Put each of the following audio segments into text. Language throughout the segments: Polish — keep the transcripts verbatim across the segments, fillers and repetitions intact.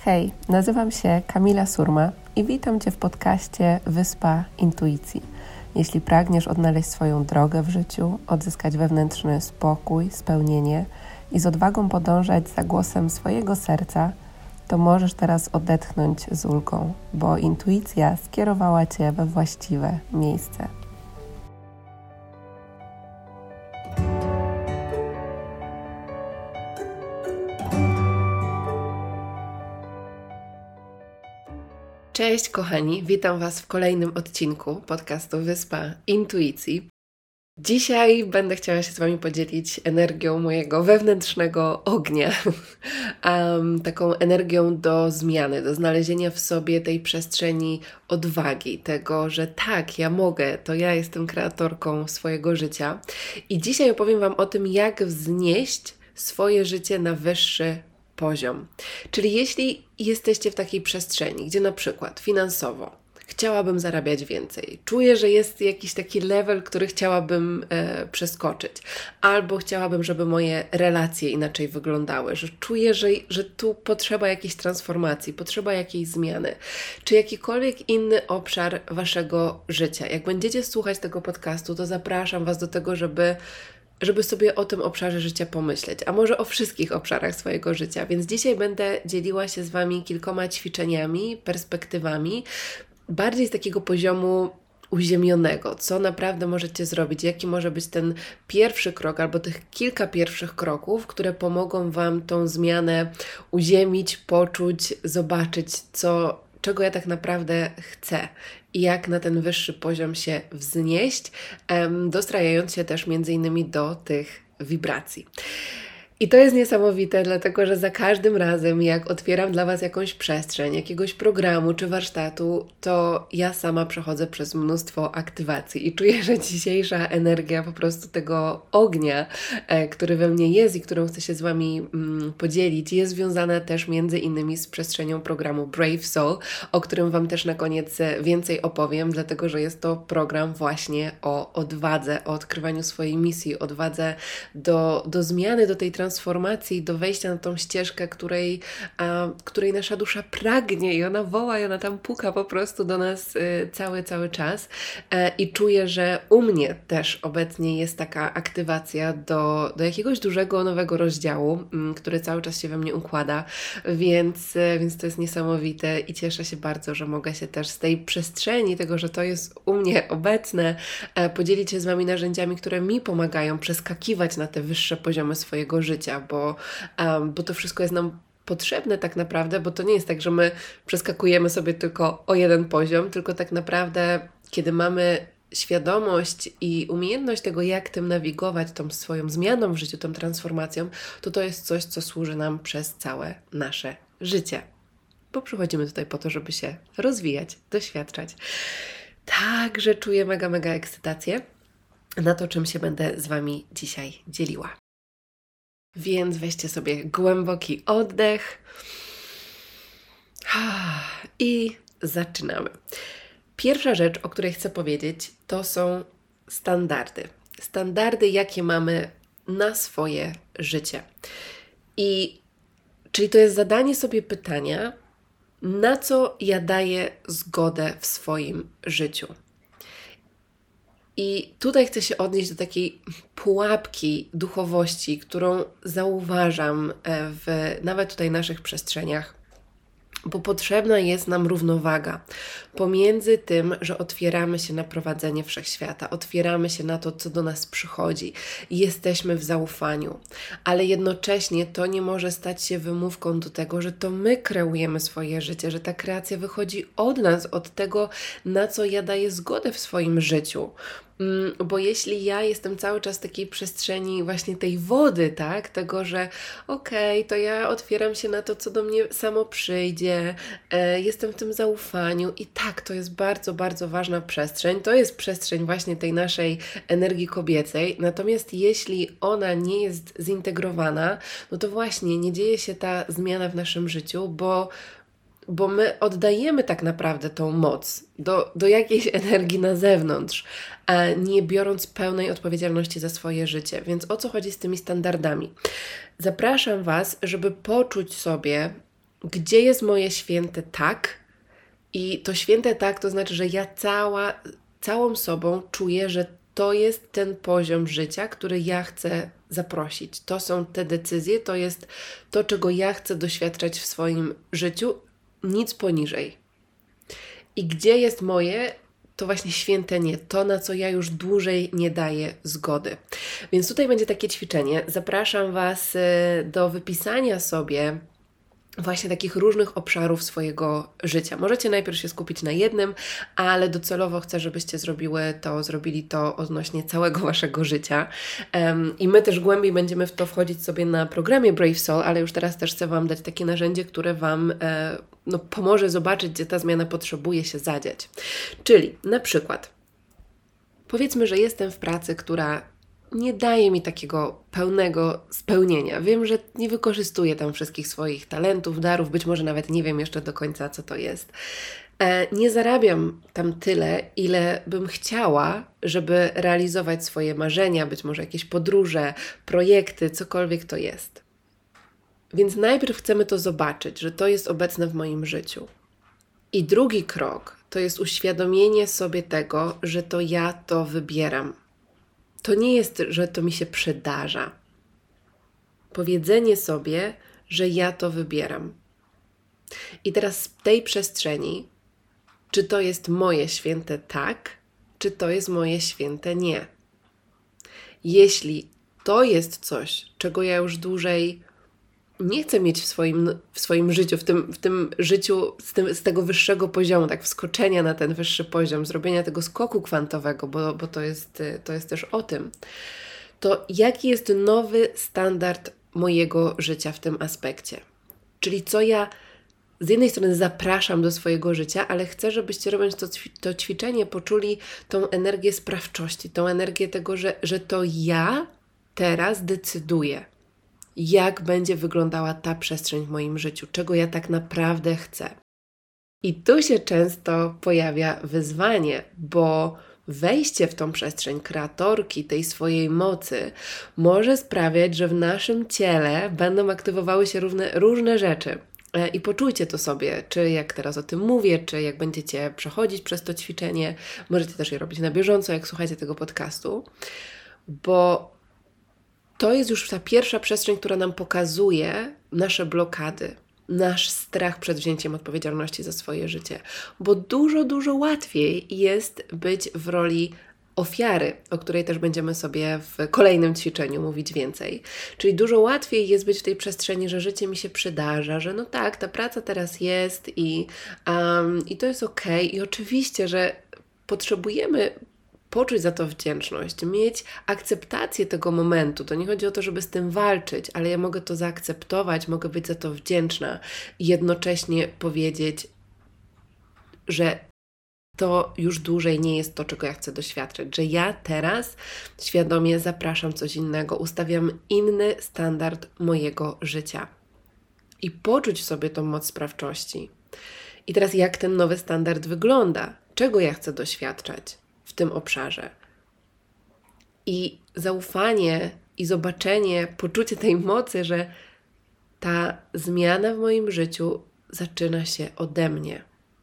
Hej, nazywam się Kamila Surma i witam Cię w podcaście Wyspa Intuicji. Jeśli pragniesz odnaleźć swoją drogę w życiu, odzyskać wewnętrzny spokój, spełnienie i z odwagą podążać za głosem swojego serca, to możesz teraz odetchnąć z ulgą, bo intuicja skierowała Cię we właściwe miejsce. Cześć kochani, witam Was w kolejnym odcinku podcastu Wyspa Intuicji. Dzisiaj będę chciała się z Wami podzielić energią mojego wewnętrznego ognia, um, taką energią do zmiany, do znalezienia w sobie tej przestrzeni odwagi, tego, że tak, ja mogę, to ja jestem kreatorką swojego życia. I dzisiaj opowiem Wam o tym, jak wznieść swoje życie na wyższy poziom. Czyli jeśli jesteście w takiej przestrzeni, gdzie na przykład finansowo chciałabym zarabiać więcej, czuję, że jest jakiś taki level, który chciałabym e, przeskoczyć, albo chciałabym, żeby moje relacje inaczej wyglądały, że czuję, że, że tu potrzeba jakiejś transformacji, potrzeba jakiejś zmiany, czy jakikolwiek inny obszar Waszego życia. Jak będziecie słuchać tego podcastu, to zapraszam Was do tego, żeby żeby sobie o tym obszarze życia pomyśleć, a może o wszystkich obszarach swojego życia. Więc dzisiaj będę dzieliła się z Wami kilkoma ćwiczeniami, perspektywami, bardziej z takiego poziomu uziemionego, co naprawdę możecie zrobić, jaki może być ten pierwszy krok, albo tych kilka pierwszych kroków, które pomogą Wam tą zmianę uziemić, poczuć, zobaczyć, co, czego ja tak naprawdę chcę i jak na ten wyższy poziom się wznieść, um, dostrajając się też między innymi do tych wibracji. I to jest niesamowite, dlatego że za każdym razem, jak otwieram dla Was jakąś przestrzeń, jakiegoś programu czy warsztatu, to ja sama przechodzę przez mnóstwo aktywacji i czuję, że dzisiejsza energia po prostu tego ognia, e, który we mnie jest i którą chcę się z Wami mm, podzielić, jest związana też między innymi z przestrzenią programu Brave Soul, o którym Wam też na koniec więcej opowiem, dlatego że jest to program właśnie o odwadze, o odkrywaniu swojej misji, odwadze do, do zmiany, do tej transformacji, transformacji, do wejścia na tą ścieżkę, której, a, której nasza dusza pragnie i ona woła i ona tam puka po prostu do nas y, cały, cały czas e, i czuję, że u mnie też obecnie jest taka aktywacja do, do jakiegoś dużego, nowego rozdziału, m, który cały czas się we mnie układa, więc, y, więc to jest niesamowite i cieszę się bardzo, że mogę się też z tej przestrzeni, tego, że to jest u mnie obecne, e, podzielić się z Wami narzędziami, które mi pomagają przeskakiwać na te wyższe poziomy swojego życia. Życia, bo, um, bo to wszystko jest nam potrzebne tak naprawdę, bo to nie jest tak, że my przeskakujemy sobie tylko o jeden poziom, tylko tak naprawdę, kiedy mamy świadomość i umiejętność tego, jak tym nawigować, tą swoją zmianą w życiu, tą transformacją, to to jest coś, co służy nam przez całe nasze życie. Bo przychodzimy tutaj po to, żeby się rozwijać, doświadczać. Także czuję mega, mega ekscytację na to, czym się będę z Wami dzisiaj dzieliła. Więc weźcie sobie głęboki oddech i zaczynamy. Pierwsza rzecz, o której chcę powiedzieć, to są standardy. Standardy, jakie mamy na swoje życie. I czyli to jest zadanie sobie pytania, na co ja daję zgodę w swoim życiu. I tutaj chcę się odnieść do takiej pułapki duchowości, którą zauważam w nawet tutaj naszych przestrzeniach, bo potrzebna jest nam równowaga pomiędzy tym, że otwieramy się na prowadzenie wszechświata, otwieramy się na to, co do nas przychodzi i jesteśmy w zaufaniu, ale jednocześnie to nie może stać się wymówką do tego, że to my kreujemy swoje życie, że ta kreacja wychodzi od nas, od tego, na co ja daję zgodę w swoim życiu. Bo jeśli ja jestem cały czas w takiej przestrzeni właśnie tej wody, tak, tego, że okej, okay, to ja otwieram się na to, co do mnie samo przyjdzie, e, jestem w tym zaufaniu i tak, to jest bardzo, bardzo ważna przestrzeń, to jest przestrzeń właśnie tej naszej energii kobiecej, natomiast jeśli ona nie jest zintegrowana, no to właśnie nie dzieje się ta zmiana w naszym życiu, bo Bo my oddajemy tak naprawdę tą moc do, do jakiejś energii na zewnątrz, a nie biorąc pełnej odpowiedzialności za swoje życie. Więc o co chodzi z tymi standardami? Zapraszam Was, żeby poczuć sobie gdzie jest moje święte tak? I to święte tak to znaczy, że ja cała, całą sobą czuję, że to jest ten poziom życia, który ja chcę zaprosić. To są te decyzje, to jest to, czego ja chcę doświadczać w swoim życiu, nic poniżej. I gdzie jest moje, to właśnie święte nie, to na co ja już dłużej nie daję zgody. Więc tutaj będzie takie ćwiczenie. Zapraszam Was do wypisania sobie właśnie takich różnych obszarów swojego życia. Możecie najpierw się skupić na jednym, ale docelowo chcę, żebyście zrobiły to, zrobili to odnośnie całego Waszego życia. Um, I my też głębiej będziemy w to wchodzić sobie na programie Brave Soul, ale już teraz też chcę Wam dać takie narzędzie, które Wam e, no, pomoże zobaczyć, gdzie ta zmiana potrzebuje się zadziać. Czyli na przykład powiedzmy, że jestem w pracy, która nie daje mi takiego pełnego spełnienia. Wiem, że nie wykorzystuję tam wszystkich swoich talentów, darów, być może nawet nie wiem jeszcze do końca, co to jest. E, nie zarabiam tam tyle, ile bym chciała, żeby realizować swoje marzenia, być może jakieś podróże, projekty, cokolwiek to jest. Więc najpierw chcemy to zobaczyć, że to jest obecne w moim życiu. I drugi krok to jest uświadomienie sobie tego, że to ja to wybieram. To nie jest, że to mi się przydarza. Powiedzenie sobie, że ja to wybieram. I teraz z tej przestrzeni, czy to jest moje święte tak, czy to jest moje święte nie. Jeśli to jest coś, czego ja już dłużej nie chcę mieć w swoim, w swoim życiu, w tym, w tym życiu z, tym, z tego wyższego poziomu, tak wskoczenia na ten wyższy poziom, zrobienia tego skoku kwantowego, bo, bo to jest, to jest też o tym, to jaki jest nowy standard mojego życia w tym aspekcie? Czyli co ja z jednej strony zapraszam do swojego życia, ale chcę, żebyście robiąc to, to ćwiczenie poczuli tą energię sprawczości, tą energię tego, że, że to ja teraz decyduję, jak będzie wyglądała ta przestrzeń w moim życiu, czego ja tak naprawdę chcę. I tu się często pojawia wyzwanie, bo wejście w tą przestrzeń kreatorki, tej swojej mocy, może sprawiać, że w naszym ciele będą aktywowały się różne, różne rzeczy. I poczujcie to sobie, czy jak teraz o tym mówię, czy jak będziecie przechodzić przez to ćwiczenie, możecie też je robić na bieżąco, jak słuchacie tego podcastu, bo to jest już ta pierwsza przestrzeń, która nam pokazuje nasze blokady, nasz strach przed wzięciem odpowiedzialności za swoje życie. Bo dużo, dużo łatwiej jest być w roli ofiary, o której też będziemy sobie w kolejnym ćwiczeniu mówić więcej. Czyli dużo łatwiej jest być w tej przestrzeni, że życie mi się przydarza, że no tak, ta praca teraz jest i, um, i to jest okej. I oczywiście, że potrzebujemy poczuć za to wdzięczność, mieć akceptację tego momentu. To nie chodzi o to, żeby z tym walczyć, ale ja mogę to zaakceptować, mogę być za to wdzięczna i jednocześnie powiedzieć, że to już dłużej nie jest to, czego ja chcę doświadczać, że ja teraz świadomie zapraszam coś innego, ustawiam inny standard mojego życia i poczuć w sobie tą moc sprawczości. I teraz jak ten nowy standard wygląda? Czego ja chcę doświadczać w tym obszarze? I zaufanie i zobaczenie, poczucie tej mocy, że ta zmiana w moim życiu zaczyna się ode mnie.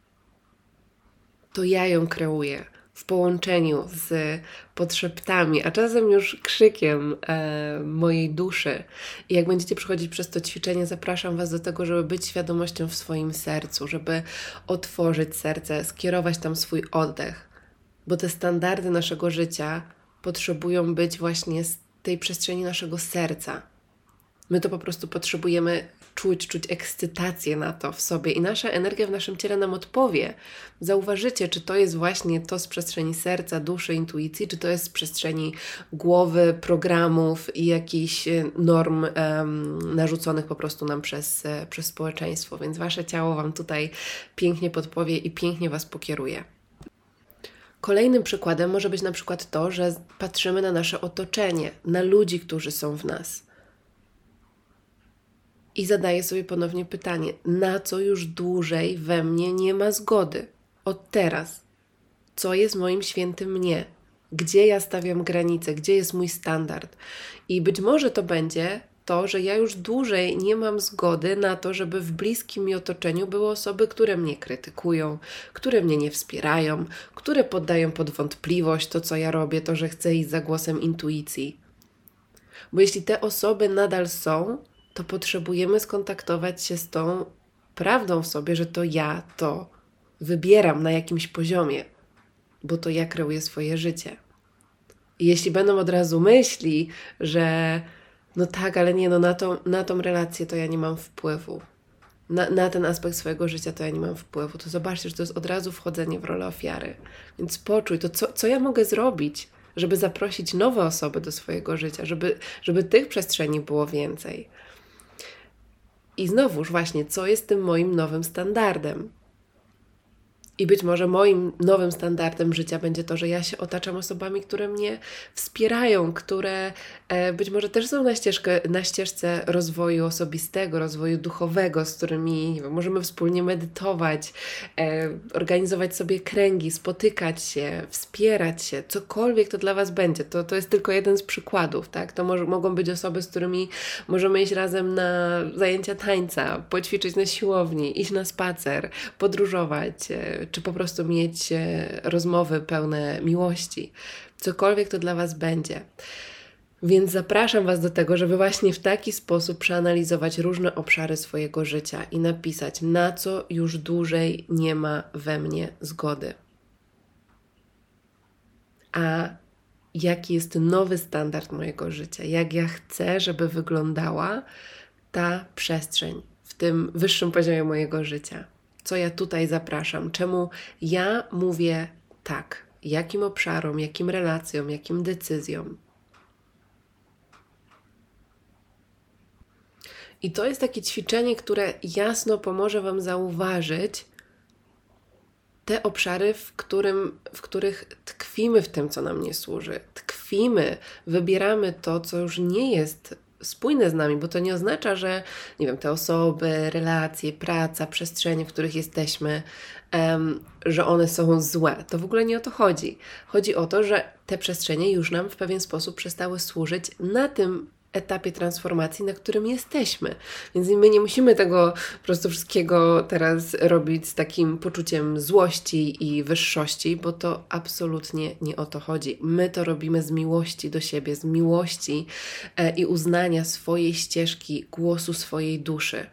To ja ją kreuję w połączeniu z podszeptami, a czasem już krzykiem e, mojej duszy. I jak będziecie przechodzić przez to ćwiczenie, zapraszam Was do tego, żeby być świadomością w swoim sercu, żeby otworzyć serce, skierować tam swój oddech. Bo te standardy naszego życia potrzebują być właśnie z tej przestrzeni naszego serca. My to po prostu potrzebujemy czuć, czuć ekscytację na to w sobie i nasza energia w naszym ciele nam odpowie. Zauważycie, czy to jest właśnie to z przestrzeni serca, duszy, intuicji, czy to jest z przestrzeni głowy, programów i jakichś norm um, narzuconych po prostu nam przez, przez społeczeństwo. Więc Wasze ciało Wam tutaj pięknie podpowie i pięknie Was pokieruje. Kolejnym przykładem może być na przykład to, że patrzymy na nasze otoczenie, na ludzi, którzy są w nas. I zadaję sobie ponownie pytanie, na co już dłużej we mnie nie ma zgody? Od teraz. Co jest moim świętym mnie? Gdzie ja stawiam granice? Gdzie jest mój standard? I być może to będzie to, że ja już dłużej nie mam zgody na to, żeby w bliskim mi otoczeniu były osoby, które mnie krytykują, które mnie nie wspierają, które poddają pod wątpliwość to, co ja robię, to, że chcę iść za głosem intuicji. Bo jeśli te osoby nadal są, to potrzebujemy skontaktować się z tą prawdą w sobie, że to ja to wybieram na jakimś poziomie, bo to ja kreuję swoje życie. I jeśli będą od razu myśli, że no tak, ale nie, no na tą, na tą relację to ja nie mam wpływu. Na, na ten aspekt swojego życia to ja nie mam wpływu. To zobaczcie, że to jest od razu wchodzenie w rolę ofiary. Więc poczuj to, co, co ja mogę zrobić, żeby zaprosić nowe osoby do swojego życia, żeby, żeby tych przestrzeni było więcej. I znowuż właśnie, co jest tym moim nowym standardem? I być może moim nowym standardem życia będzie to, że ja się otaczam osobami, które mnie wspierają, które e, być może też są na, ścieżkę, na ścieżce rozwoju osobistego, rozwoju duchowego, z którymi nie wiem, możemy wspólnie medytować, e, organizować sobie kręgi, spotykać się, wspierać się, cokolwiek to dla Was będzie. To, to jest tylko jeden z przykładów, tak? To może, mogą być osoby, z którymi możemy iść razem na zajęcia tańca, poćwiczyć na siłowni, iść na spacer, podróżować, e, czy po prostu mieć rozmowy pełne miłości. Cokolwiek to dla Was będzie. Więc zapraszam Was do tego, żeby właśnie w taki sposób przeanalizować różne obszary swojego życia i napisać, na co już dłużej nie ma we mnie zgody. A jaki jest nowy standard mojego życia, jak ja chcę, żeby wyglądała ta przestrzeń w tym wyższym poziomie mojego życia. Co ja tutaj zapraszam, czemu ja mówię tak, jakim obszarom, jakim relacjom, jakim decyzjom. I to jest takie ćwiczenie, które jasno pomoże Wam zauważyć te obszary, w, którym, w których tkwimy w tym, co nam nie służy. Tkwimy, wybieramy to, co już nie jest spójne z nami, bo to nie oznacza, że nie wiem, te osoby, relacje, praca, przestrzenie, w których jesteśmy, um, że one są złe. To w ogóle nie o to chodzi. Chodzi o to, że te przestrzenie już nam w pewien sposób przestały służyć na tym etapie transformacji, na którym jesteśmy. Więc my nie musimy tego po prostu wszystkiego teraz robić z takim poczuciem złości i wyższości, bo to absolutnie nie o to chodzi. My to robimy z miłości do siebie, z miłości e, i uznania swojej ścieżki, głosu swojej duszy.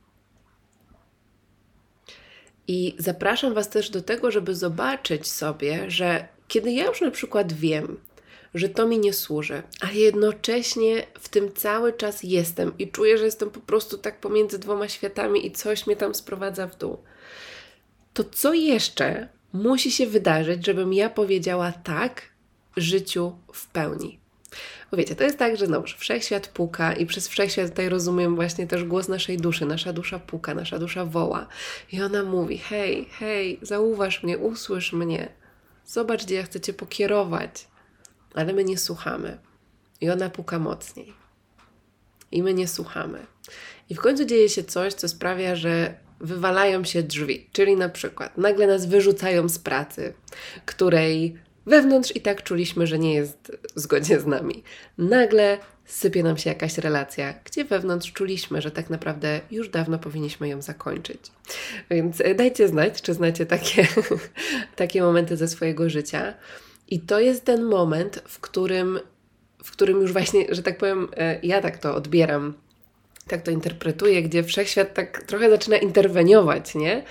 I zapraszam Was też do tego, żeby zobaczyć sobie, że kiedy ja już na przykład wiem, że to mi nie służy, a jednocześnie w tym cały czas jestem i czuję, że jestem po prostu tak pomiędzy dwoma światami i coś mnie tam sprowadza w dół. To co jeszcze musi się wydarzyć, żebym ja powiedziała tak życiu w pełni? Bo wiecie, to jest tak, że no, że wszechświat puka i przez wszechświat tutaj rozumiem właśnie też głos naszej duszy. Nasza dusza puka, nasza dusza woła i ona mówi: hej, hej, zauważ mnie, usłysz mnie, zobacz, gdzie ja chcę Cię pokierować. Ale my nie słuchamy. I ona puka mocniej. I my nie słuchamy. I w końcu dzieje się coś, co sprawia, że wywalają się drzwi. Czyli na przykład nagle nas wyrzucają z pracy, której wewnątrz i tak czuliśmy, że nie jest w zgodzie z nami. Nagle sypie nam się jakaś relacja, gdzie wewnątrz czuliśmy, że tak naprawdę już dawno powinniśmy ją zakończyć. Więc dajcie znać, czy znacie takie, takie momenty ze swojego życia. I to jest ten moment, w którym, w którym już właśnie, że tak powiem, ja tak to odbieram, tak to interpretuję, gdzie wszechświat tak trochę zaczyna interweniować, nie?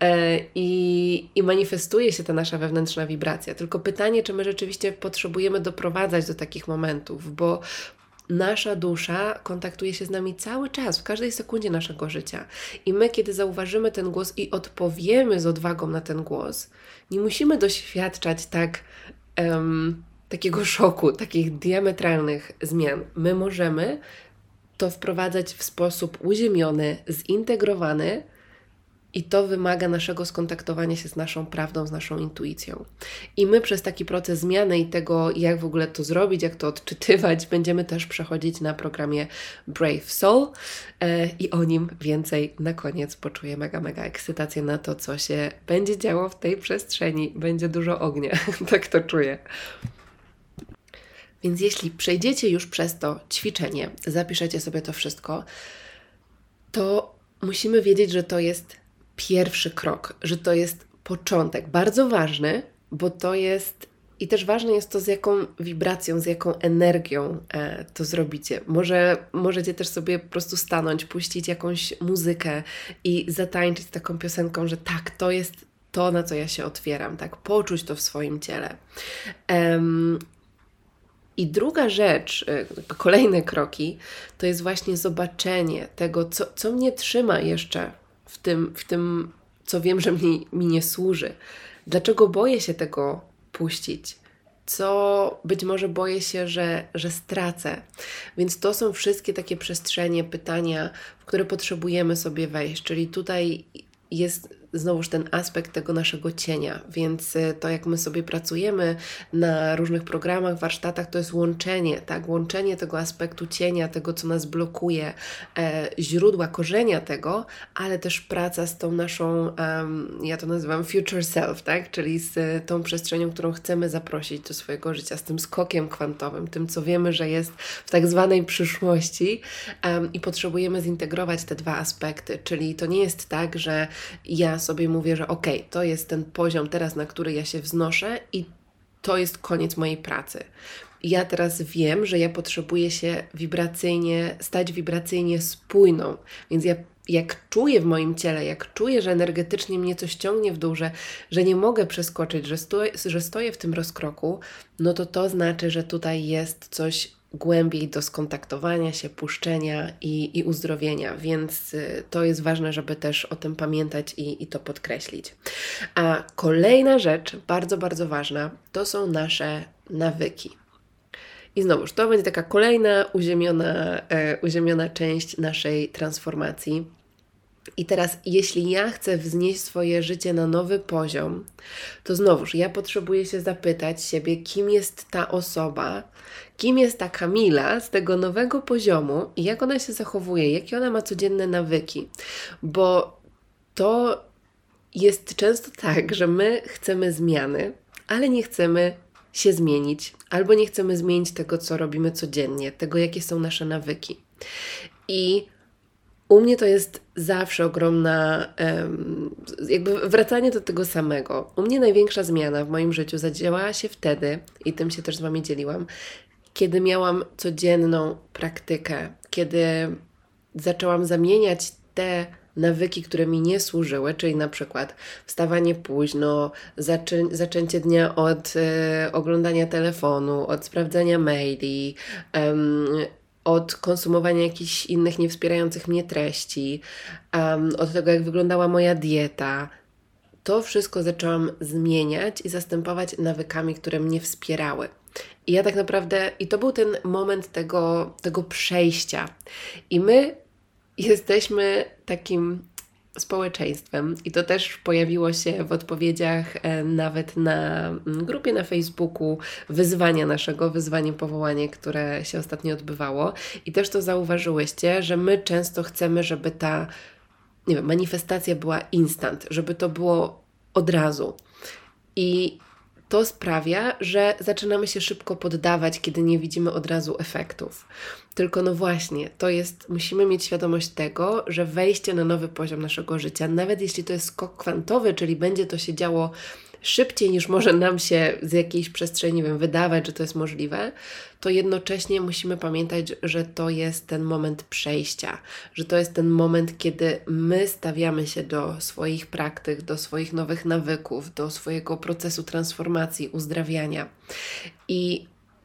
I, i manifestuje się ta nasza wewnętrzna wibracja. Tylko pytanie, czy my rzeczywiście potrzebujemy doprowadzać do takich momentów, bo nasza dusza kontaktuje się z nami cały czas, w każdej sekundzie naszego życia. I my, kiedy zauważymy ten głos i odpowiemy z odwagą na ten głos, nie musimy doświadczać tak um, takiego szoku, takich diametralnych zmian. My możemy to wprowadzać w sposób uziemiony, zintegrowany i to wymaga naszego skontaktowania się z naszą prawdą, z naszą intuicją. I my przez taki proces zmiany i tego, jak w ogóle to zrobić, jak to odczytywać, będziemy też przechodzić na programie Brave Soul e, i o nim więcej na koniec poczuję mega, mega ekscytację na to, co się będzie działo w tej przestrzeni. Będzie dużo ognia, tak to czuję. Więc jeśli przejdziecie już przez to ćwiczenie, zapiszecie sobie to wszystko, to musimy wiedzieć, że to jest pierwszy krok, że to jest początek, bardzo ważny, bo to jest i też ważne jest to, z jaką wibracją, z jaką energią e, to zrobicie. Może możecie też sobie po prostu stanąć, puścić jakąś muzykę i zatańczyć taką piosenką, że tak, to jest to, na co ja się otwieram, tak, poczuć to w swoim ciele. Um, I druga rzecz, kolejne kroki, to jest właśnie zobaczenie tego, co, co mnie trzyma jeszcze w tym, w tym, co wiem, że mi, mi nie służy. Dlaczego boję się tego puścić? Co być może boję się, że, że stracę. Więc to są wszystkie takie przestrzenie, pytania, w które potrzebujemy sobie wejść. Czyli tutaj jest znowuż ten aspekt tego naszego cienia, więc to, jak my sobie pracujemy na różnych programach, warsztatach, to jest łączenie, tak? Łączenie tego aspektu cienia, tego, co nas blokuje, e, źródła, korzenia tego, ale też praca z tą naszą, um, ja to nazywam future self, tak? Czyli z tą przestrzenią, którą chcemy zaprosić do swojego życia, z tym skokiem kwantowym, tym, co wiemy, że jest w tak zwanej przyszłości um, i potrzebujemy zintegrować te dwa aspekty, czyli to nie jest tak, że ja sobie mówię, że okej, okay, to jest ten poziom teraz, na który ja się wznoszę i to jest koniec mojej pracy. Ja teraz wiem, że ja potrzebuję się wibracyjnie, stać wibracyjnie spójną, więc ja jak czuję w moim ciele, jak czuję, że energetycznie mnie coś ciągnie w dół, że, że nie mogę przeskoczyć, że stoję, że stoję w tym rozkroku, no to to znaczy, że tutaj jest coś głębiej do skontaktowania się, puszczenia i, i uzdrowienia, więc y, to jest ważne, żeby też o tym pamiętać i, i to podkreślić. A kolejna rzecz, bardzo, bardzo ważna, to są nasze nawyki. I znowuż, to będzie taka kolejna uziemiona, e, uziemiona część naszej transformacji. I teraz, jeśli ja chcę wznieść swoje życie na nowy poziom, to znowuż ja potrzebuję się zapytać siebie, kim jest ta osoba, kim jest ta Kamila z tego nowego poziomu i jak ona się zachowuje, jakie ona ma codzienne nawyki. Bo to jest często tak, że my chcemy zmiany, ale nie chcemy się zmienić, albo nie chcemy zmienić tego, co robimy codziennie, tego, jakie są nasze nawyki. I u mnie to jest zawsze ogromna, um, jakby wracanie do tego samego. U mnie największa zmiana w moim życiu zadziałała się wtedy, i tym się też z Wami dzieliłam, kiedy miałam codzienną praktykę, kiedy zaczęłam zamieniać te nawyki, które mi nie służyły, czyli na przykład wstawanie późno, zaczę- zaczęcie dnia od e, oglądania telefonu, od sprawdzania maili, um, od konsumowania jakichś innych niewspierających mnie treści, um, od tego, jak wyglądała moja dieta. To wszystko zaczęłam zmieniać i zastępować nawykami, które mnie wspierały. I ja tak naprawdę, i to był ten moment tego, tego przejścia. I my jesteśmy takim społeczeństwem i to też pojawiło się w odpowiedziach e, nawet na grupie na Facebooku wyzwania naszego, wyzwanie powołanie, które się ostatnio odbywało i też to zauważyłyście, że my często chcemy, żeby ta, nie wiem, manifestacja była instant, żeby to było od razu i to sprawia, że zaczynamy się szybko poddawać, kiedy nie widzimy od razu efektów. Tylko no właśnie, to jest, musimy mieć świadomość tego, że wejście na nowy poziom naszego życia, nawet jeśli to jest skok kwantowy, czyli będzie to się działo szybciej niż może nam się z jakiejś przestrzeni, nie wiem, wydawać, że to jest możliwe, to jednocześnie musimy pamiętać, że to jest ten moment przejścia, że to jest ten moment, kiedy my stawiamy się do swoich praktyk, do swoich nowych nawyków, do swojego procesu transformacji, uzdrawiania. I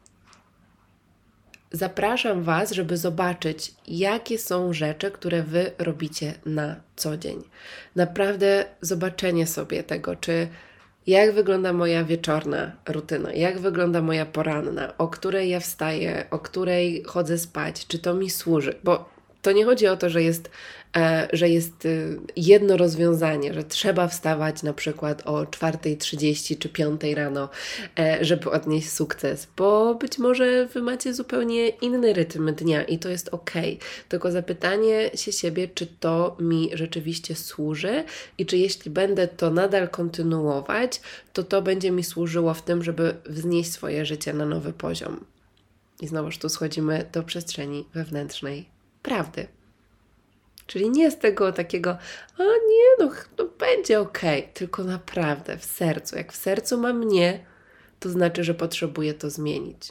zapraszam Was, żeby zobaczyć, jakie są rzeczy, które Wy robicie na co dzień. Naprawdę zobaczenie sobie tego, czy jak wygląda moja wieczorna rutyna, jak wygląda moja poranna, o której ja wstaję, o której chodzę spać, czy to mi służy, bo to nie chodzi o to, że jest, e, że jest jedno rozwiązanie, że trzeba wstawać na przykład o czwarta trzydzieści czy piąta rano, e, żeby odnieść sukces, bo być może Wy macie zupełnie inny rytm dnia i to jest okej. Tylko zapytanie się siebie, czy to mi rzeczywiście służy i czy jeśli będę to nadal kontynuować, to to będzie mi służyło w tym, żeby wznieść swoje życie na nowy poziom. I znowuż tu schodzimy do przestrzeni wewnętrznej prawdy. Czyli nie z tego takiego, a nie, no, no będzie okej, okay. Tylko naprawdę w sercu. Jak w sercu mam nie, to znaczy, że potrzebuję to zmienić.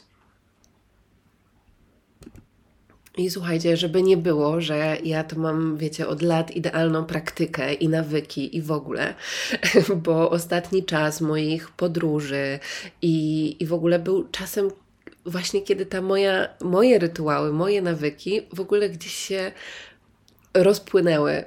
I słuchajcie, żeby nie było, że ja to mam, wiecie, od lat idealną praktykę i nawyki i w ogóle, bo ostatni czas moich podróży i, i w ogóle był czasem właśnie, kiedy ta moja, moje rytuały, moje nawyki w ogóle gdzieś się rozpłynęły.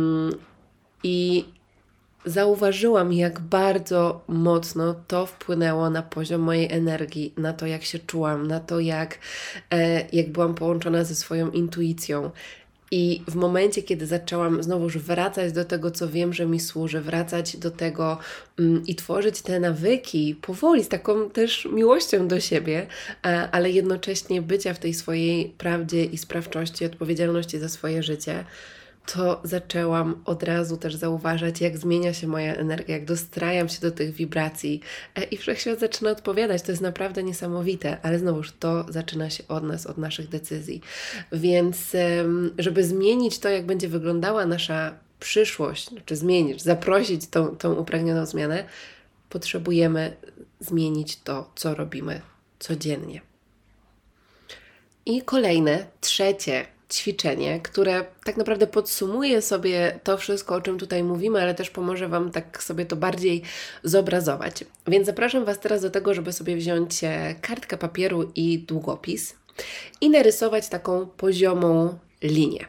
I zauważyłam, jak bardzo mocno to wpłynęło na poziom mojej energii, na to, jak się czułam, na to, jak, e, jak byłam połączona ze swoją intuicją. I w momencie, kiedy zaczęłam znowuż wracać do tego, co wiem, że mi służy, wracać do tego mm, i tworzyć te nawyki powoli, z taką też miłością do siebie, e, ale jednocześnie bycia w tej swojej prawdzie i sprawczości, odpowiedzialności za swoje życie, to zaczęłam od razu też zauważać, jak zmienia się moja energia, jak dostrajam się do tych wibracji e, i wszechświat zaczyna odpowiadać. To jest naprawdę niesamowite, ale znowuż to zaczyna się od nas, od naszych decyzji. Więc żeby zmienić to, jak będzie wyglądała nasza przyszłość, czy zmienić, zaprosić tą, tą upragnioną zmianę, potrzebujemy zmienić to, co robimy codziennie. I kolejne, trzecie ćwiczenie, które tak naprawdę podsumuje sobie to wszystko, o czym tutaj mówimy, ale też pomoże Wam tak sobie to bardziej zobrazować. Więc zapraszam Was teraz do tego, żeby sobie wziąć kartkę papieru i długopis i narysować taką poziomą linię.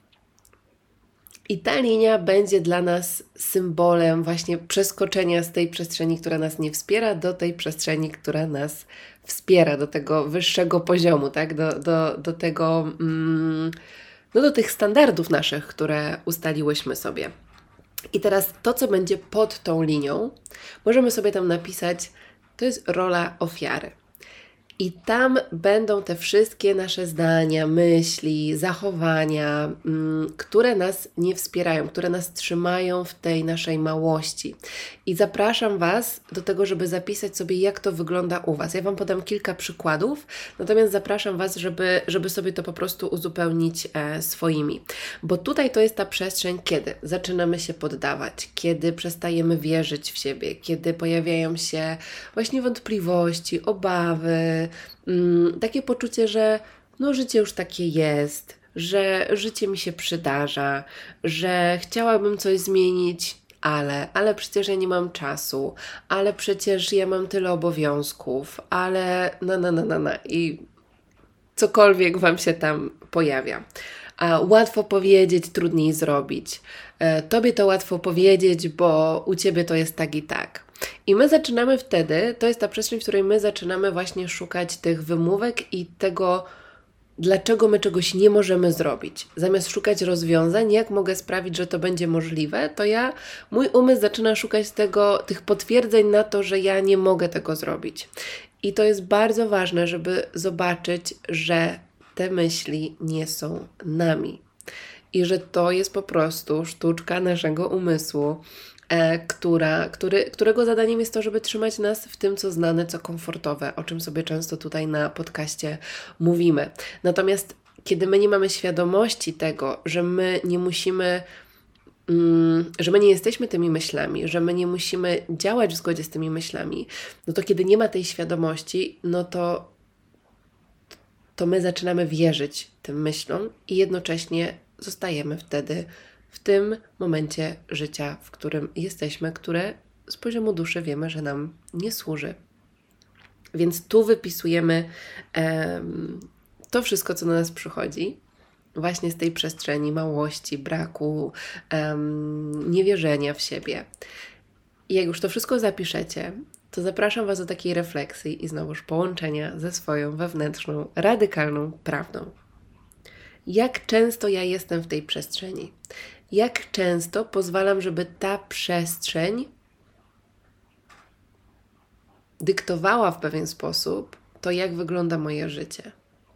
I ta linia będzie dla nas symbolem właśnie przeskoczenia z tej przestrzeni, która nas nie wspiera, do tej przestrzeni, która nas wspiera, do tego wyższego poziomu, tak? Do, do, do tego, mm, no do tych standardów naszych, które ustaliłyśmy sobie. I teraz to, co będzie pod tą linią, możemy sobie tam napisać, to jest rola ofiary. I tam będą te wszystkie nasze zdania, myśli, zachowania, mm, które nas nie wspierają, które nas trzymają w tej naszej małości. I zapraszam Was do tego, żeby zapisać sobie, jak to wygląda u Was. Ja Wam podam kilka przykładów, natomiast zapraszam Was, żeby, żeby sobie to po prostu uzupełnić e, swoimi. Bo tutaj to jest ta przestrzeń, kiedy zaczynamy się poddawać, kiedy przestajemy wierzyć w siebie, kiedy pojawiają się właśnie wątpliwości, obawy, mm, takie poczucie, że no życie już takie jest, że życie mi się przydarza, że chciałabym coś zmienić, ale, ale przecież ja nie mam czasu, ale przecież ja mam tyle obowiązków, ale na, na, na, na, na i cokolwiek Wam się tam pojawia. A łatwo powiedzieć, trudniej zrobić. E, tobie to łatwo powiedzieć, bo u Ciebie to jest tak i tak. I my zaczynamy wtedy, to jest ta przestrzeń, w której my zaczynamy właśnie szukać tych wymówek i tego, dlaczego my czegoś nie możemy zrobić. Zamiast szukać rozwiązań, jak mogę sprawić, że to będzie możliwe, to ja, mój umysł zaczyna szukać tego, tych potwierdzeń na to, że ja nie mogę tego zrobić. I to jest bardzo ważne, żeby zobaczyć, że te myśli nie są nami. I że to jest po prostu sztuczka naszego umysłu, e, która, który, którego zadaniem jest to, żeby trzymać nas w tym, co znane, co komfortowe, o czym sobie często tutaj na podcaście mówimy. Natomiast kiedy my nie mamy świadomości tego, że my nie musimy, mm, że my nie jesteśmy tymi myślami, że my nie musimy działać w zgodzie z tymi myślami, no to kiedy nie ma tej świadomości, no to to my zaczynamy wierzyć tym myślom i jednocześnie zostajemy wtedy w tym momencie życia, w którym jesteśmy, które z poziomu duszy wiemy, że nam nie służy. Więc tu wypisujemy um, to wszystko, co do nas przychodzi, właśnie z tej przestrzeni małości, braku, um, niewierzenia w siebie. I jak już to wszystko zapiszecie, to zapraszam Was do takiej refleksji i znowuż połączenia ze swoją wewnętrzną, radykalną prawdą. Jak często ja jestem w tej przestrzeni? Jak często pozwalam, żeby ta przestrzeń dyktowała w pewien sposób to, jak wygląda moje życie?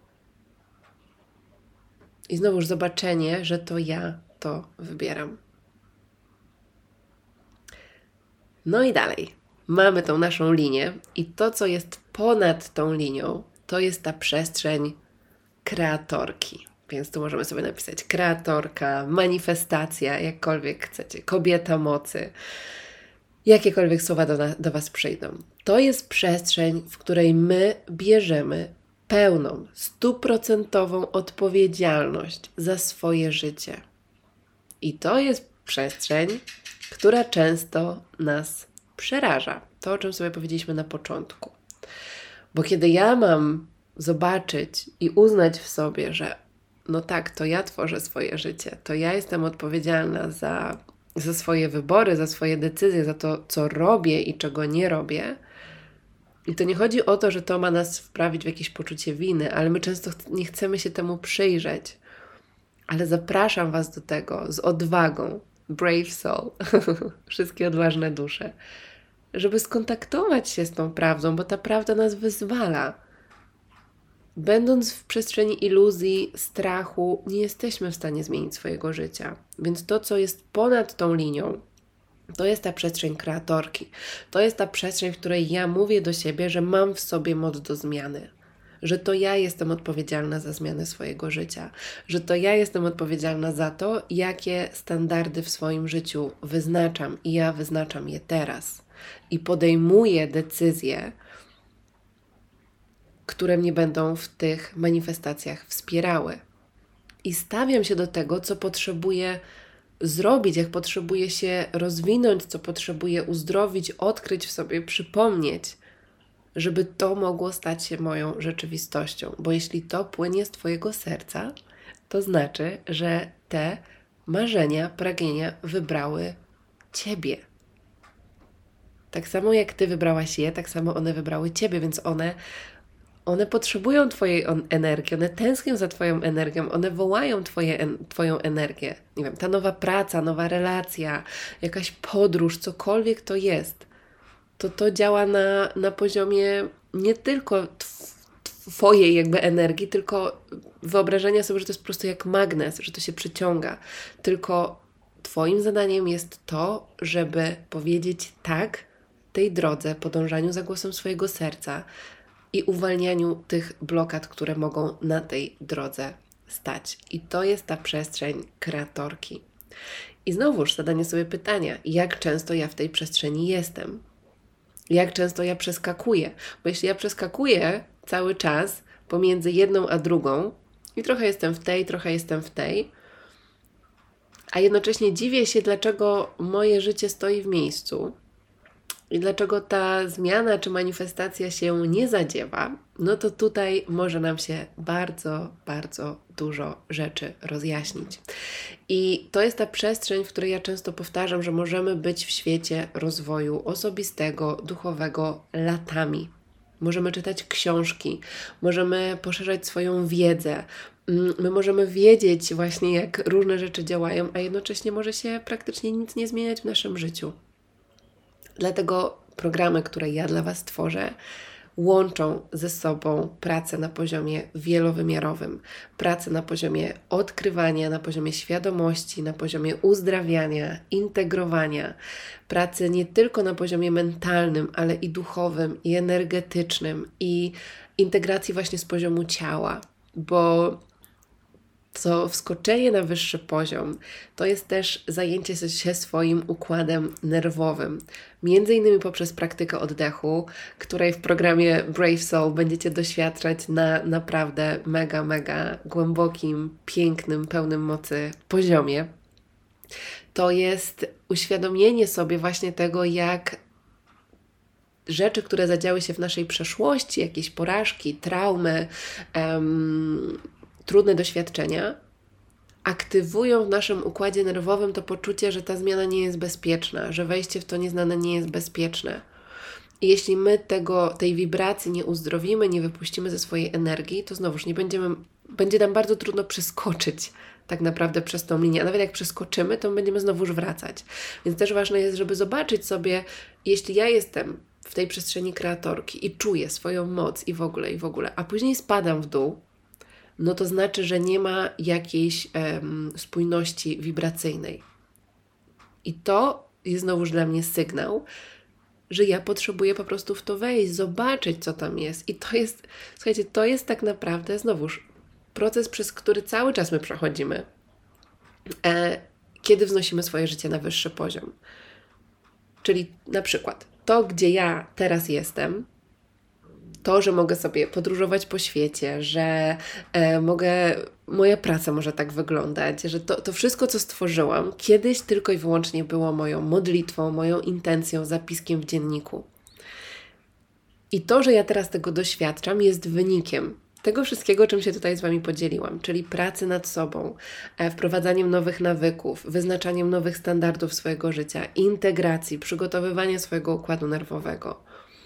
I znowuż zobaczenie, że to ja to wybieram. No i dalej. Mamy tą naszą linię i to, co jest ponad tą linią, to jest ta przestrzeń kreatorki. Więc tu możemy sobie napisać kreatorka, manifestacja, jakkolwiek chcecie, kobieta mocy, jakiekolwiek słowa do, na, do Was przyjdą. To jest przestrzeń, w której my bierzemy pełną, stuprocentową odpowiedzialność za swoje życie. I to jest przestrzeń, która często nas przeraża. To, o czym sobie powiedzieliśmy na początku. Bo kiedy ja mam zobaczyć i uznać w sobie, że no tak, to ja tworzę swoje życie, to ja jestem odpowiedzialna za, za swoje wybory, za swoje decyzje, za to, co robię i czego nie robię. I to nie chodzi o to, że to ma nas wprawić w jakieś poczucie winy, ale my często ch- nie chcemy się temu przyjrzeć. Ale zapraszam Was do tego z odwagą, brave soul, wszystkie odważne dusze, żeby skontaktować się z tą prawdą, bo ta prawda nas wyzwala. Będąc w przestrzeni iluzji, strachu, nie jesteśmy w stanie zmienić swojego życia. Więc to, co jest ponad tą linią, to jest ta przestrzeń kreatorki. To jest ta przestrzeń, w której ja mówię do siebie, że mam w sobie moc do zmiany. Że to ja jestem odpowiedzialna za zmianę swojego życia. Że to ja jestem odpowiedzialna za to, jakie standardy w swoim życiu wyznaczam. I ja wyznaczam je teraz. I podejmuję decyzje, które mnie będą w tych manifestacjach wspierały. I stawiam się do tego, co potrzebuję zrobić, jak potrzebuję się rozwinąć, co potrzebuję uzdrowić, odkryć w sobie, przypomnieć, żeby to mogło stać się moją rzeczywistością. Bo jeśli to płynie z Twojego serca, to znaczy, że te marzenia, pragnienia wybrały Ciebie. Tak samo jak Ty wybrałaś je, tak samo one wybrały Ciebie, więc one One potrzebują Twojej on- energii, one tęsknią za Twoją energią, one wołają twoje en- Twoją energię. Nie wiem, ta nowa praca, nowa relacja, jakaś podróż, cokolwiek to jest, to to działa na, na poziomie nie tylko tw- Twojej jakby energii, tylko wyobrażenia sobie, że to jest po prostu jak magnes, że to się przyciąga. Tylko Twoim zadaniem jest to, żeby powiedzieć tak tej drodze, podążaniu za głosem swojego serca, i uwalnianiu tych blokad, które mogą na tej drodze stać. I to jest ta przestrzeń kreatorki. I znowuż zadanie sobie pytania, jak często ja w tej przestrzeni jestem? Jak często ja przeskakuję? Bo jeśli ja przeskakuję cały czas pomiędzy jedną a drugą i trochę jestem w tej, trochę jestem w tej, a jednocześnie dziwię się, dlaczego moje życie stoi w miejscu, i dlaczego ta zmiana czy manifestacja się nie zadziewa, no to tutaj może nam się bardzo, bardzo dużo rzeczy rozjaśnić. I to jest ta przestrzeń, w której ja często powtarzam, że możemy być w świecie rozwoju osobistego, duchowego latami. Możemy czytać książki, możemy poszerzać swoją wiedzę, my możemy wiedzieć właśnie, jak różne rzeczy działają, a jednocześnie może się praktycznie nic nie zmieniać w naszym życiu. Dlatego programy, które ja dla Was tworzę, łączą ze sobą pracę na poziomie wielowymiarowym, pracę na poziomie odkrywania, na poziomie świadomości, na poziomie uzdrawiania, integrowania, pracy nie tylko na poziomie mentalnym, ale i duchowym, i energetycznym, i integracji właśnie z poziomu ciała, bo to wskoczenie na wyższy poziom to jest też zajęcie się swoim układem nerwowym. Między innymi poprzez praktykę oddechu, której w programie Brave Soul będziecie doświadczać na naprawdę mega, mega głębokim, pięknym, pełnym mocy poziomie. To jest uświadomienie sobie właśnie tego, jak rzeczy, które zadziały się w naszej przeszłości, jakieś porażki, traumy, um, trudne doświadczenia, aktywują w naszym układzie nerwowym to poczucie, że ta zmiana nie jest bezpieczna, że wejście w to nieznane nie jest bezpieczne. I jeśli my tego, tej wibracji nie uzdrowimy, nie wypuścimy ze swojej energii, to znowuż nie będziemy, będzie nam bardzo trudno przeskoczyć tak naprawdę przez tą linię. A nawet jak przeskoczymy, to będziemy znowuż wracać. Więc też ważne jest, żeby zobaczyć sobie, jeśli ja jestem w tej przestrzeni kreatorki i czuję swoją moc i w ogóle, i w ogóle, a później spadam w dół, no to znaczy, że nie ma jakiejś um, spójności wibracyjnej. I to jest znowuż dla mnie sygnał, że ja potrzebuję po prostu w to wejść, zobaczyć, co tam jest. I to jest, słuchajcie, to jest tak naprawdę znowuż proces, przez który cały czas my przechodzimy, e, kiedy wznosimy swoje życie na wyższy poziom. Czyli na przykład to, gdzie ja teraz jestem, to, że mogę sobie podróżować po świecie, że e, mogę, moja praca może tak wyglądać, że to, to wszystko, co stworzyłam, kiedyś tylko i wyłącznie było moją modlitwą, moją intencją, zapiskiem w dzienniku. I to, że ja teraz tego doświadczam, jest wynikiem tego wszystkiego, czym się tutaj z Wami podzieliłam, czyli pracy nad sobą, e, wprowadzaniem nowych nawyków, wyznaczaniem nowych standardów swojego życia, integracji, przygotowywania swojego układu nerwowego,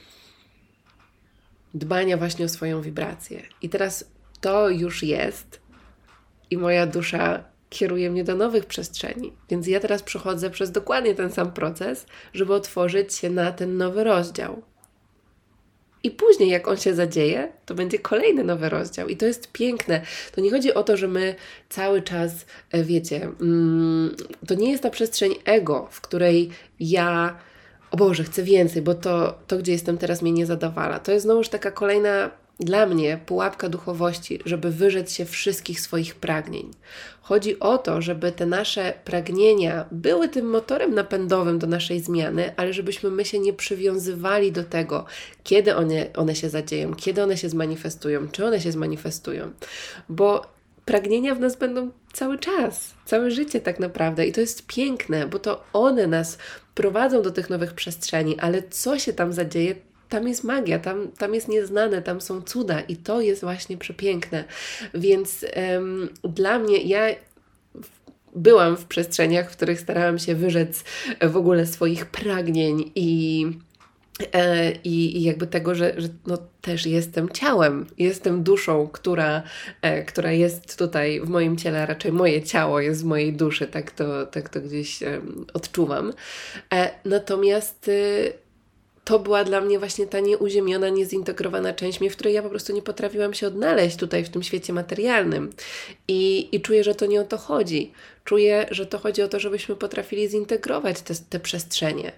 dbania właśnie o swoją wibrację. I teraz to już jest i moja dusza kieruje mnie do nowych przestrzeni. Więc ja teraz przechodzę przez dokładnie ten sam proces, żeby otworzyć się na ten nowy rozdział. I później, jak on się zadzieje, to będzie kolejny nowy rozdział. I to jest piękne. To nie chodzi o to, że my cały czas, wiecie, mm, to nie jest ta przestrzeń ego, w której ja o Boże, chcę więcej, bo to, to, gdzie jestem teraz, mnie nie zadowala. To jest znowuż taka kolejna, dla mnie, pułapka duchowości, żeby wyrzec się wszystkich swoich pragnień. Chodzi o to, żeby te nasze pragnienia były tym motorem napędowym do naszej zmiany, ale żebyśmy my się nie przywiązywali do tego, kiedy one, one się zadzieją, kiedy one się zmanifestują, czy one się zmanifestują. Bo pragnienia w nas będą cały czas, całe życie tak naprawdę i to jest piękne, bo to one nas prowadzą do tych nowych przestrzeni, ale co się tam zadzieje, tam jest magia, tam, tam jest nieznane, tam są cuda i to jest właśnie przepiękne. Więc um, dla mnie, ja byłam w przestrzeniach, w których starałam się wyrzec w ogóle swoich pragnień i I, i jakby tego, że, że no też jestem ciałem, jestem duszą, która, e, która jest tutaj w moim ciele, a raczej moje ciało jest w mojej duszy, tak to, tak to gdzieś e, odczuwam. E, natomiast e, to była dla mnie właśnie ta nieuziemiona, niezintegrowana część mnie, w której ja po prostu nie potrafiłam się odnaleźć tutaj w tym świecie materialnym. I, i czuję, że to nie o to chodzi. Czuję, że to chodzi o to, żebyśmy potrafili zintegrować te, te przestrzenie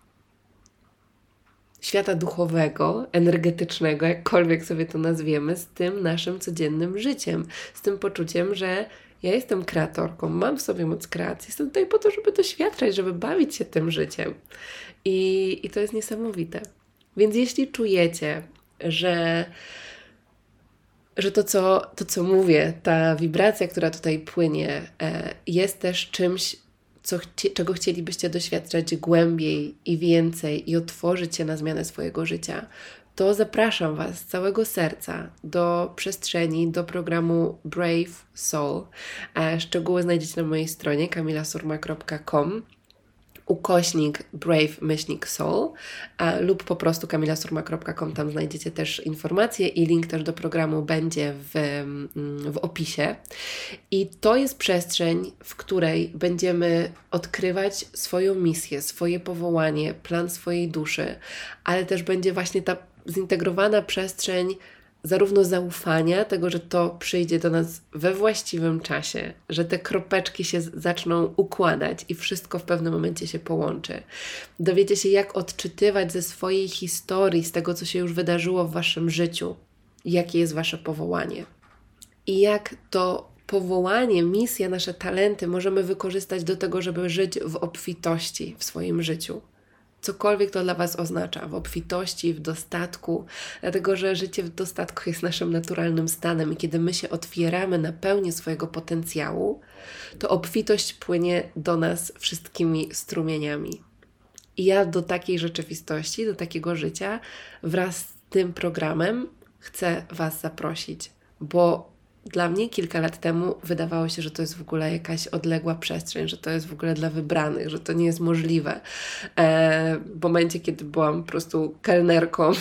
świata duchowego, energetycznego, jakkolwiek sobie to nazwiemy, z tym naszym codziennym życiem, z tym poczuciem, że ja jestem kreatorką, mam w sobie moc kreacji, jestem tutaj po to, żeby doświadczać, żeby bawić się tym życiem. I, i to jest niesamowite. Więc jeśli czujecie, że, że to, co, to, co mówię, ta wibracja, która tutaj płynie, e, jest też czymś, Co chci- czego chcielibyście doświadczać głębiej i więcej i otworzyć się na zmianę swojego życia, to zapraszam Was z całego serca do przestrzeni, do programu Brave Soul. Szczegóły znajdziecie na mojej stronie kamilasurma kropka com ukośnik brave myślnik soul a, lub po prostu kamilasurma kropka com, tam znajdziecie też informacje i link też do programu będzie w, w opisie. I to jest przestrzeń, w której będziemy odkrywać swoją misję, swoje powołanie, plan swojej duszy, ale też będzie właśnie ta zintegrowana przestrzeń zarówno zaufania, tego, że to przyjdzie do nas we właściwym czasie, że te kropeczki się z- zaczną układać i wszystko w pewnym momencie się połączy. Dowiecie się, jak odczytywać ze swojej historii, z tego, co się już wydarzyło w Waszym życiu, jakie jest Wasze powołanie. I jak to powołanie, misja, nasze talenty możemy wykorzystać do tego, żeby żyć w obfitości w swoim życiu. Cokolwiek to dla Was oznacza, w obfitości, w dostatku, dlatego że życie w dostatku jest naszym naturalnym stanem i kiedy my się otwieramy na pełnię swojego potencjału, to obfitość płynie do nas wszystkimi strumieniami. I ja do takiej rzeczywistości, do takiego życia wraz z tym programem chcę Was zaprosić, bo dla mnie kilka lat temu wydawało się, że to jest w ogóle jakaś odległa przestrzeń, że to jest w ogóle dla wybranych, że to nie jest możliwe. E, w momencie, kiedy byłam po prostu kelnerką,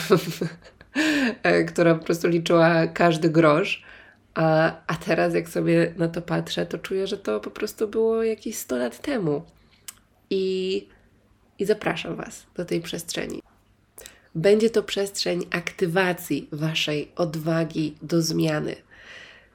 e, która po prostu liczyła każdy grosz, a, a teraz jak sobie na to patrzę, to czuję, że to po prostu było jakieś sto lat temu. I, i zapraszam Was do tej przestrzeni. Będzie to przestrzeń aktywacji Waszej odwagi do zmiany.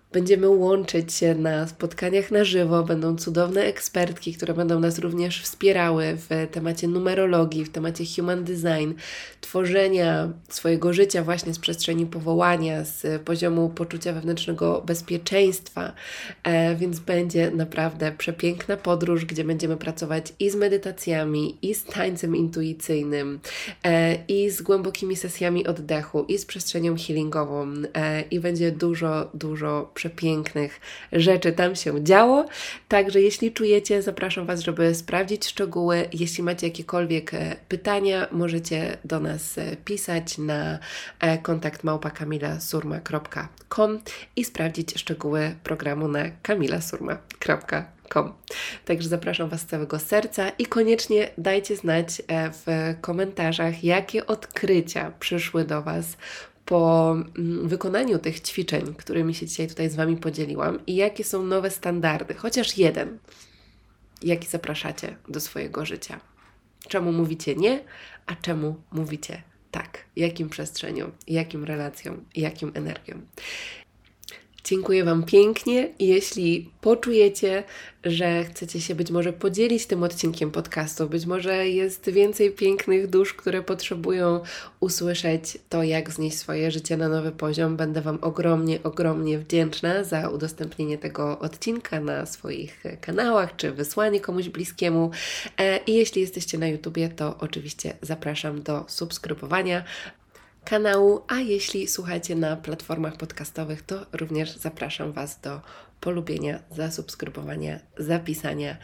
Będziemy łączyć się na spotkaniach na żywo, będą cudowne ekspertki, które będą nas również wspierały w temacie numerologii, w temacie human design, tworzenia swojego życia właśnie z przestrzeni powołania, z poziomu poczucia wewnętrznego bezpieczeństwa, e, więc będzie naprawdę przepiękna podróż, gdzie będziemy pracować i z medytacjami, i z tańcem intuicyjnym, e, i z głębokimi sesjami oddechu, i z przestrzenią healingową, e, i będzie dużo, dużo przepięknych rzeczy tam się działo. Także jeśli czujecie, zapraszam Was, żeby sprawdzić szczegóły. Jeśli macie jakiekolwiek pytania, możecie do nas pisać na kontakt małpa kamila surma kropka com i sprawdzić szczegóły programu na kamilasurma kropka com. Także zapraszam Was z całego serca i koniecznie dajcie znać w komentarzach, jakie odkrycia przyszły do Was po wykonaniu tych ćwiczeń, którymi się dzisiaj tutaj z Wami podzieliłam i jakie są nowe standardy, chociaż jeden, jaki zapraszacie do swojego życia. Czemu mówicie nie, a czemu mówicie tak? Jakim przestrzeniom, jakim relacjom, jakim energią. Dziękuję Wam pięknie. Jeśli poczujecie, że chcecie się być może podzielić tym odcinkiem podcastu, być może jest więcej pięknych dusz, które potrzebują usłyszeć to, jak znieść swoje życie na nowy poziom, będę Wam ogromnie, ogromnie wdzięczna za udostępnienie tego odcinka na swoich kanałach, czy wysłanie komuś bliskiemu. I jeśli jesteście na YouTubie, to oczywiście zapraszam do subskrybowania kanału, a jeśli słuchacie na platformach podcastowych, to również zapraszam Was do polubienia, zasubskrybowania, zapisania.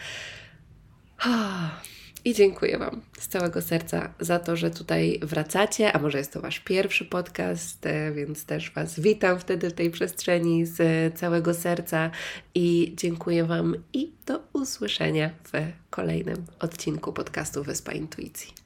I dziękuję Wam z całego serca za to, że tutaj wracacie, a może jest to Wasz pierwszy podcast, więc też Was witam wtedy w tej przestrzeni z całego serca i dziękuję Wam i do usłyszenia w kolejnym odcinku podcastu Wyspa Intuicji.